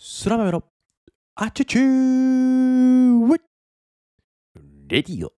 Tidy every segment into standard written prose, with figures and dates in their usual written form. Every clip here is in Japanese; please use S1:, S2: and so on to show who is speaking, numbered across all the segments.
S1: スラマメのアチュチューレディオ。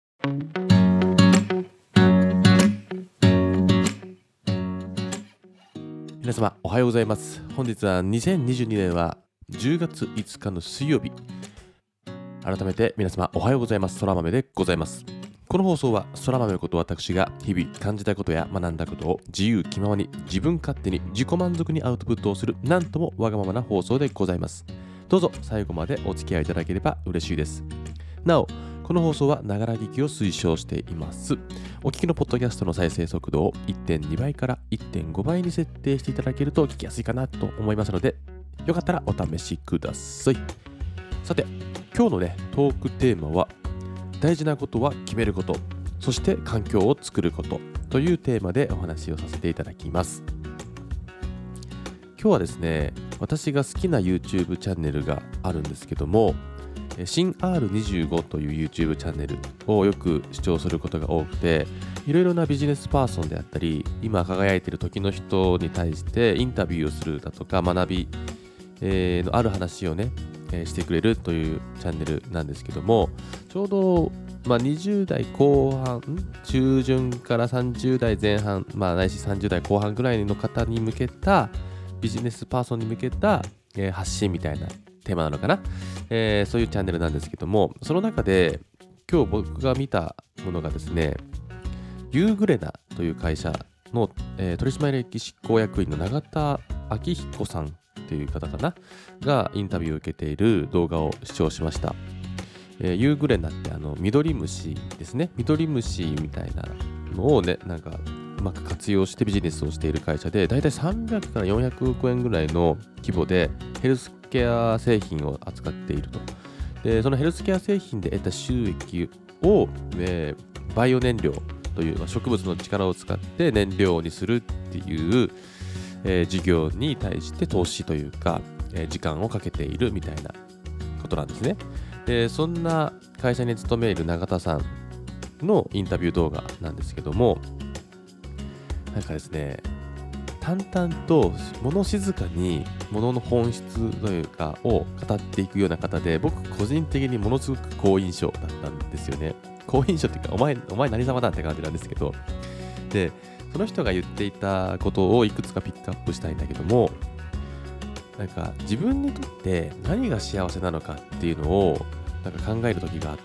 S1: 皆様おはようございます。本日は2022年は10月5日の水曜日。改めて皆様おはようございます。そら豆でございます。この放送はそら豆こと私が日々感じたことや学んだことを自由気ままに自分勝手に自己満足にアウトプットをするなんともわがままな放送でございます。どうぞ最後までお付き合いいただければ嬉しいです。なおこの放送はながら聞きを推奨しています。お聞きのポッドキャストの再生速度を 1.2 倍から 1.5 倍に設定していただけると聞きやすいかなと思いますので、よかったらお試しください。さて今日のねトークテーマは大事なことは決めること、そして環境を作ることというテーマでお話をさせていただきます。今日はですね、私が好きな YouTube チャンネルがあるんですけども、新 R25 という YouTube チャンネルをよく視聴することが多くて、いろいろなビジネスパーソンであったり、今輝いている時の人に対してインタビューをするだとか学び、のある話をね、してくれるというチャンネルなんですけども、ちょうど、20代後半中旬から30代前半、ないし30代後半ぐらいの方に向けたビジネスパーソンに向けた、発信みたいなテーマなのかな、そういうチャンネルなんですけども、その中で今日僕が見たものがですね、ユーグレナという会社の、取締役執行役員の永田昭彦さんという方かながインタビューを受けている動画を視聴しました。ユーグレナってミドリムシですね。ミドリムシみたいなのをね、なんかうまく活用してビジネスをしている会社で、だいたい300から400億円ぐらいの規模でヘルスケア製品を扱っていると。で、そのヘルスケア製品で得た収益を、バイオ燃料という植物の力を使って燃料にするっていう事業に対して投資というか、時間をかけているみたいなことなんですね。で、そんな会社に勤める永田さんのインタビュー動画なんですけども、なんかですね、淡々と物静かに物の本質というかを語っていくような方で、僕個人的にものすごく好印象だったんですよね。好印象っていうか、お前何様だって感じなんですけど、でその人が言っていたことをいくつかピックアップしたいんだけども、なんか自分にとって何が幸せなのかっていうのをなんか考える時があって、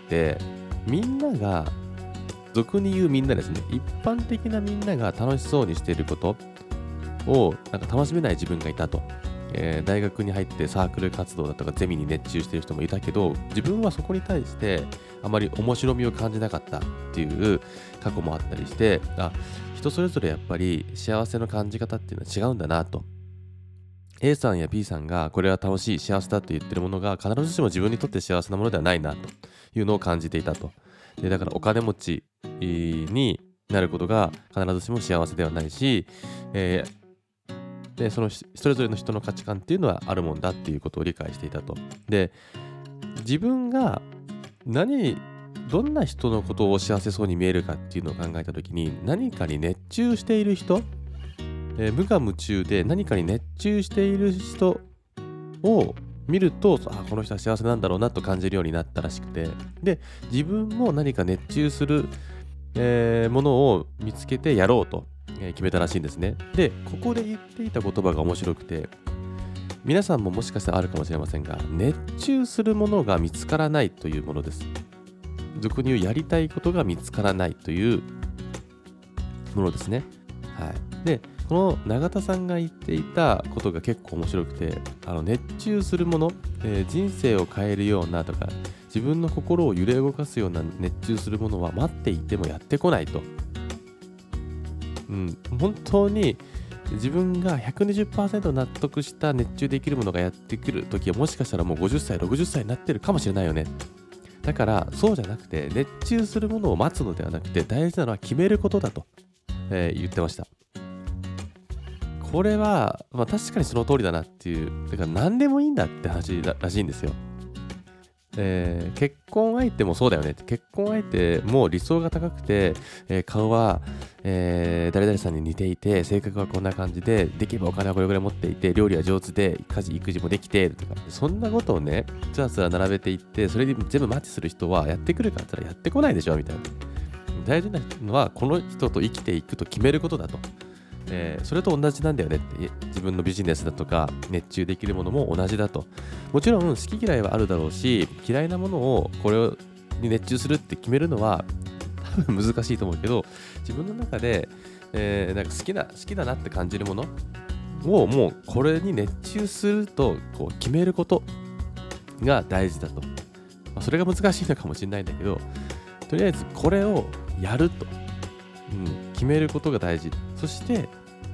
S1: みんなが俗に言うみんなですね、一般的なみんなが楽しそうにしていることをなんか楽しめない自分がいたと。大学に入ってサークル活動だとかゼミに熱中している人もいたけど、自分はそこに対してあまり面白みを感じなかったっていう過去もあったりして、人それぞれやっぱり幸せの感じ方っていうのは違うんだなと。A さんや B さんがこれは楽しい幸せだと言ってるものが必ずしも自分にとって幸せなものではないなというのを感じていたと。で、だからお金持ちになることが必ずしも幸せではないし、でそのそれぞれの人の価値観っていうのはあるもんだっていうことを理解していたと。で、自分がどんな人のことを幸せそうに見えるかっていうのを考えたときに、何かに熱中している人、無我夢中で何かに熱中している人を見ると、この人は幸せなんだろうなと感じるようになったらしくて、で自分も何か熱中する、ものを見つけてやろうと、決めたらしいんですね。で、ここで言っていた言葉が面白くて、皆さんももしかしたらあるかもしれませんが、熱中するものが見つからないというものです。俗に言うやりたいことが見つからないというものですね。はい。で、この永田さんが言っていたことが結構面白くて、熱中するもの、人生を変えるようなとか、自分の心を揺れ動かすような熱中するものは待っていてもやってこないと。本当に自分が 120% 納得した熱中できるものがやってくるときは、もしかしたらもう50歳、60歳になってるかもしれないよね。だからそうじゃなくて、熱中するものを待つのではなくて、大事なのは決めることだと、言ってました。これは、確かにその通りだなっていう、だから何でもいいんだって話らしいんですよ。 結婚相手もそうだよねって。結婚相手も理想が高くて、顔は、誰々さんに似ていて、性格はこんな感じで、できればお金はこれぐらい持っていて、料理は上手で、家事育児もできてとか、そんなことをね、つらつら並べていって、それに全部マッチする人はやってくるかって言ったらやってこないでしょみたいな。大事なのはこの人と生きていくと決めることだと。それと同じなんだよねって。自分のビジネスだとか熱中できるものも同じだと。もちろん好き嫌いはあるだろうし、嫌いなものをこれに熱中するって決めるのは多分難しいと思うけど、自分の中で、なんか好きだなって感じるものをもうこれに熱中するとこう決めることが大事だと。それが難しいのかもしれないんだけど、とりあえずこれをやると、決めることが大事。そして、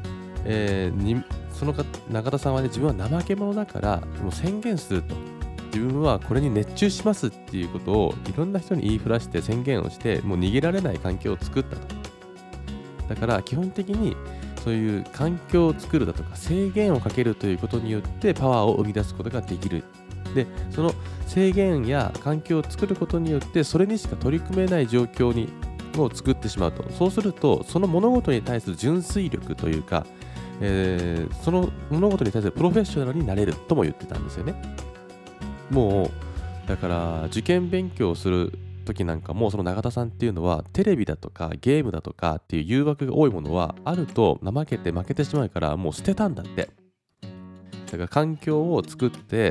S1: その永田さんはね、自分は怠け者だからもう宣言すると。自分はこれに熱中しますっていうことをいろんな人に言いふらして宣言をして、もう逃げられない環境を作ったと。だから基本的にそういう環境を作るだとか制限をかけるということによってパワーを生み出すことができる。で、その制限や環境を作ることによってそれにしか取り組めない状況を作ってしまうと。そうするとその物事に対する純粋力というか、その物事に対するプロフェッショナルになれるとも言ってたんですよね。もうだから受験勉強をする時なんかも、その永田さんっていうのはテレビだとかゲームだとかっていう誘惑が多いものはあると怠けて負けてしまうからもう捨てたんだって。だから環境を作って、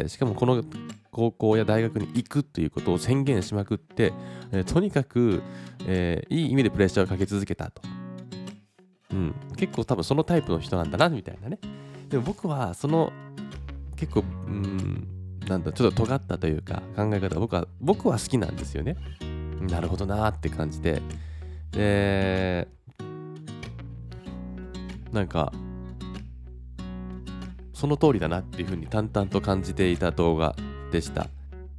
S1: しかもこの高校や大学に行くっていうことを宣言しまくって、とにかく、いい意味でプレッシャーをかけ続けたと。結構多分そのタイプの人なんだなみたいなね。でも僕はその結構なんだちょっと尖ったというか考え方、僕は好きなんですよね。なるほどなーって感じで、なんかその通りだなっていう風に淡々と感じていた動画でした。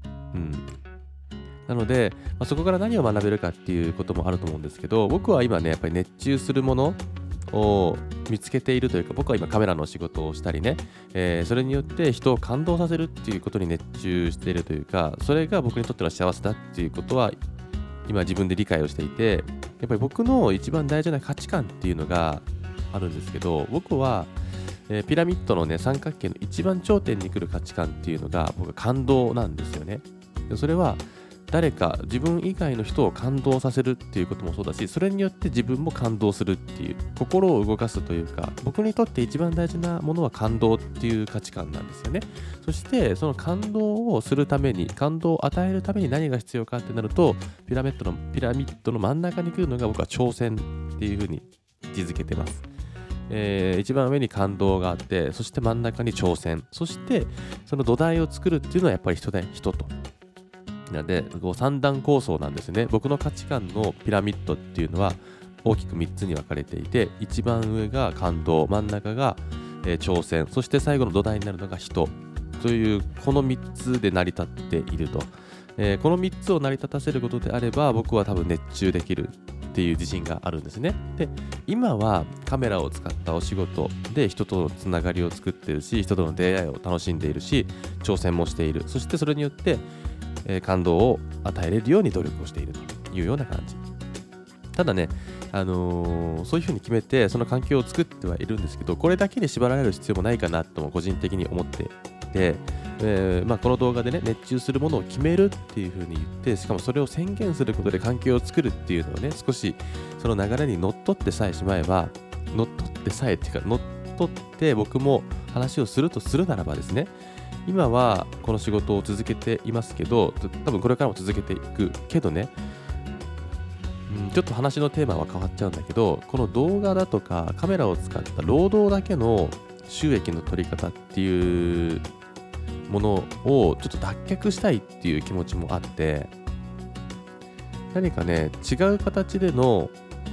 S1: なので、そこから何を学べるかっていうこともあると思うんですけど、僕は今ねやっぱり熱中するものを見つけているというか、僕は今カメラの仕事をしたりね、それによって人を感動させるっていうことに熱中しているというか、それが僕にとっての幸せだっていうことは今自分で理解をしていて、やっぱり僕の一番大事な価値観っていうのがあるんですけど、僕は、ピラミッドのね三角形の一番頂点に来る価値観っていうのが僕は感動なんですよね。でそれは誰か自分以外の人を感動させるっていうこともそうだし、それによって自分も感動するっていう、心を動かすというか、僕にとって一番大事なものは感動っていう価値観なんですよね。そしてその感動をするために、感動を与えるために何が必要かってなると、ピラミッドの真ん中に来るのが僕は挑戦っていうふうに位置づけてます。一番上に感動があって、そして真ん中に挑戦、そしてその土台を作るっていうのはやっぱり人と。なのでこう三段構想なんですね。僕の価値観のピラミッドっていうのは大きく3つに分かれていて、一番上が感動、真ん中が、挑戦、そして最後の土台になるのが人という、この3つで成り立っていると。この3つを成り立たせることであれば僕は多分熱中できるっていう自信があるんですね。で、今はカメラを使ったお仕事で人とのつながりを作っているし、人との出会いを楽しんでいるし、挑戦もしている。そしてそれによって感動を与えれるように努力をしているというような感じ。ただね、そういうふうに決めてその環境を作ってはいるんですけど、これだけに縛られる必要もないかなとも個人的に思っていて、この動画でね、熱中するものを決めるっていうふうに言って、しかもそれを宣言することで環境を作るっていうのをね、少しその流れにのっとってさえしまえば、のっとって僕も話をするとするならばですね、今はこの仕事を続けていますけど、多分これからも続けていくけどね、ちょっと話のテーマは変わっちゃうんだけど、この動画だとかカメラを使った労働だけの収益の取り方っていうものをちょっと脱却したいっていう気持ちもあって、何かね違う形での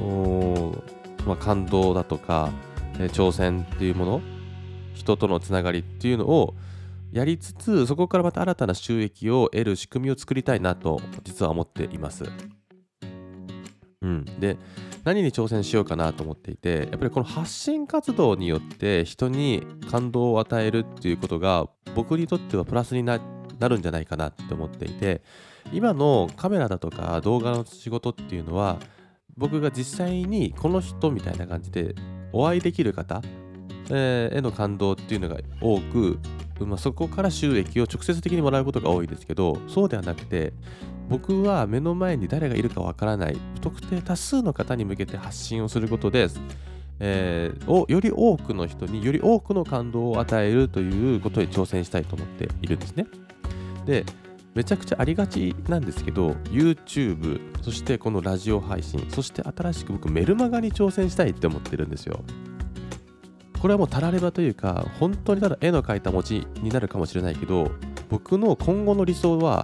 S1: 感動だとか、挑戦っていうもの、人とのつながりっていうのをやりつつ、そこからまた新たな収益を得る仕組みを作りたいなと実は思っています。で、何に挑戦しようかなと思っていて、やっぱりこの発信活動によって人に感動を与えるっていうことが僕にとってはプラスにななるんじゃないかなって思っていて、今のカメラだとか動画の仕事っていうのは、僕が実際にこの人みたいな感じでお会いできる方、への感動っていうのが多く、そこから収益を直接的にもらうことが多いですけど、そうではなくて、僕は目の前に誰がいるかわからない不特定多数の方に向けて発信をすることで、より多くの人により多くの感動を与えるということに挑戦したいと思っているんですね。で、めちゃくちゃありがちなんですけど、YouTube、そしてこのラジオ配信、そして新しく僕メルマガに挑戦したいって思ってるんですよ。これはもうたらればというか、本当にただ絵の描いた餅になるかもしれないけど、僕の今後の理想は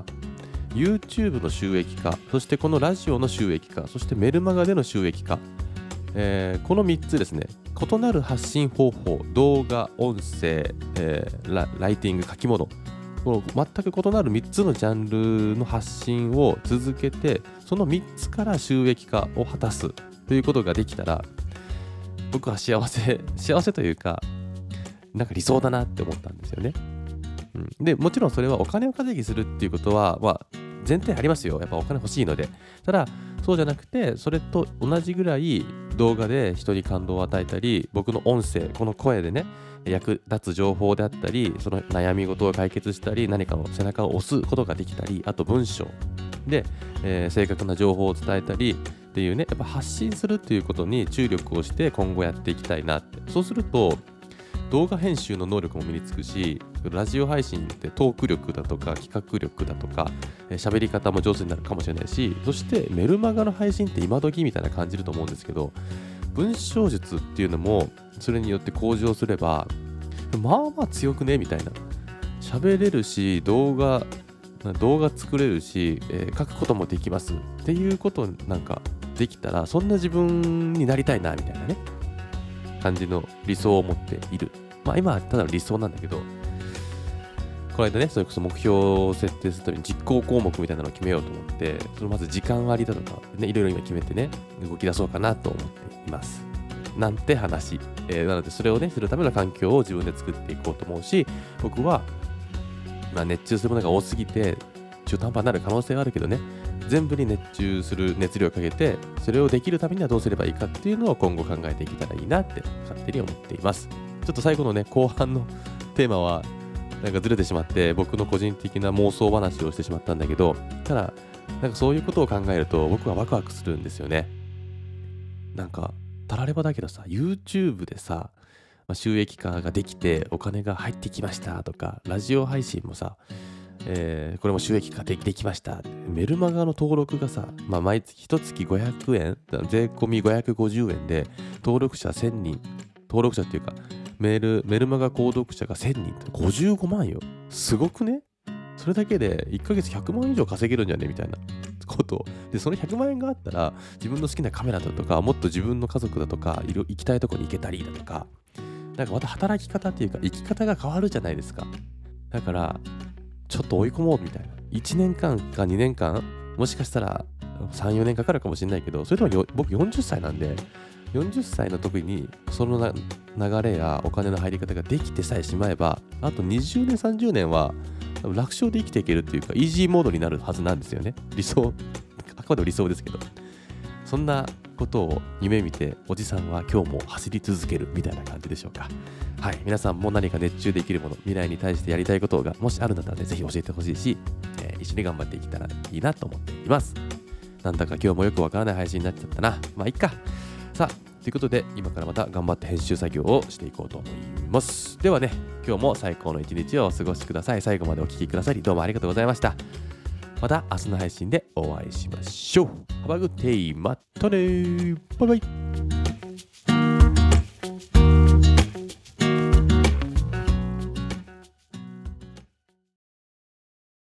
S1: YouTube の収益化、そしてこのラジオの収益化、そしてメルマガでの収益化、この3つですね。異なる発信方法、動画、音声、ライティング、書き物、この全く異なる3つのジャンルの発信を続けて、その3つから収益化を果たすということができたら、僕は幸せというか、なんか理想だなって思ったんですよね。で、もちろんそれはお金を稼ぎするっていうことは、前提ありますよ。やっぱお金欲しいので。ただ、そうじゃなくて、それと同じぐらい動画で人に感動を与えたり、僕の音声、この声でね、役立つ情報であったり、その悩み事を解決したり、何かの背中を押すことができたり、あと文章で、正確な情報を伝えたりっていうね、やっぱ発信するっていうことに注力をして今後やっていきたいなって。そうすると、動画編集の能力も身につくし、ラジオ配信ってトーク力だとか企画力だとか喋り方も上手になるかもしれないし、そしてメルマガの配信って今時みたいな感じると思うんですけど、文章術っていうのもそれによって向上すればまあ強くねみたいな、喋れるし動画作れるし、書くこともできますっていうことなんかできたら、そんな自分になりたいなみたいなね感じの理想を持っている。今はただの理想なんだけど、この間ね、それこそ目標を設定するために実行項目みたいなのを決めようと思って、そのまず時間割だとか、ね、いろいろ今決めてね、動き出そうかなと思っています。なんて話。なのでそれをね、するための環境を自分で作っていこうと思うし、僕は、熱中するものが多すぎて、中途半端になる可能性はあるけどね、全部に熱中する熱量をかけて、それをできるためにはどうすればいいかっていうのを今後考えていけたらいいなって勝手に思っています。ちょっと最後のね、後半のテーマはなんかずれてしまって、僕の個人的な妄想話をしてしまったんだけど、ただなんかそういうことを考えると僕はワクワクするんですよね。なんかたらればだけどさ、 YouTube でさ、収益化ができてお金が入ってきましたとか、ラジオ配信もさ、これも収益化できました。メルマガの登録がさ、毎月1月500円、税込み550円で登録者1000人、登録者っていうかメルマガ購読者が1000人って55万よ。すごくね？それだけで1ヶ月100万以上稼げるんじゃねみたいなことで、その100万円があったら自分の好きなカメラだとか、もっと自分の家族だとか行きたいとこに行けたりだとか、なんかまた働き方っていうか生き方が変わるじゃないですか。だからちょっと追い込もうみたいな。1年間か2年間、もしかしたら3、4年かかるかもしれないけど、それでも僕40歳なんで、40歳の時にその流れやお金の入り方ができてさえしまえば、あと20年、30年は楽勝で生きていけるっていうか、イージーモードになるはずなんですよね。理想、あくまでも理想ですけど。そんなことを夢見て、おじさんは今日も走り続けるみたいな感じでしょうか。はい、皆さんも何か熱中できるもの、未来に対してやりたいことがもしあるんだったらね、ぜひ教えてほしいし、一緒に頑張っていけたらいいなと思っています。なんだか今日もよくわからない配信になっちゃったな。いっか。さあ、ということで今からまた頑張って編集作業をしていこうと思います。ではね、今日も最高の一日をお過ごしください。最後までお聞きくださりどうもありがとうございました。また明日の配信でお会いしましょう。Have a good day. またね。バイバイ。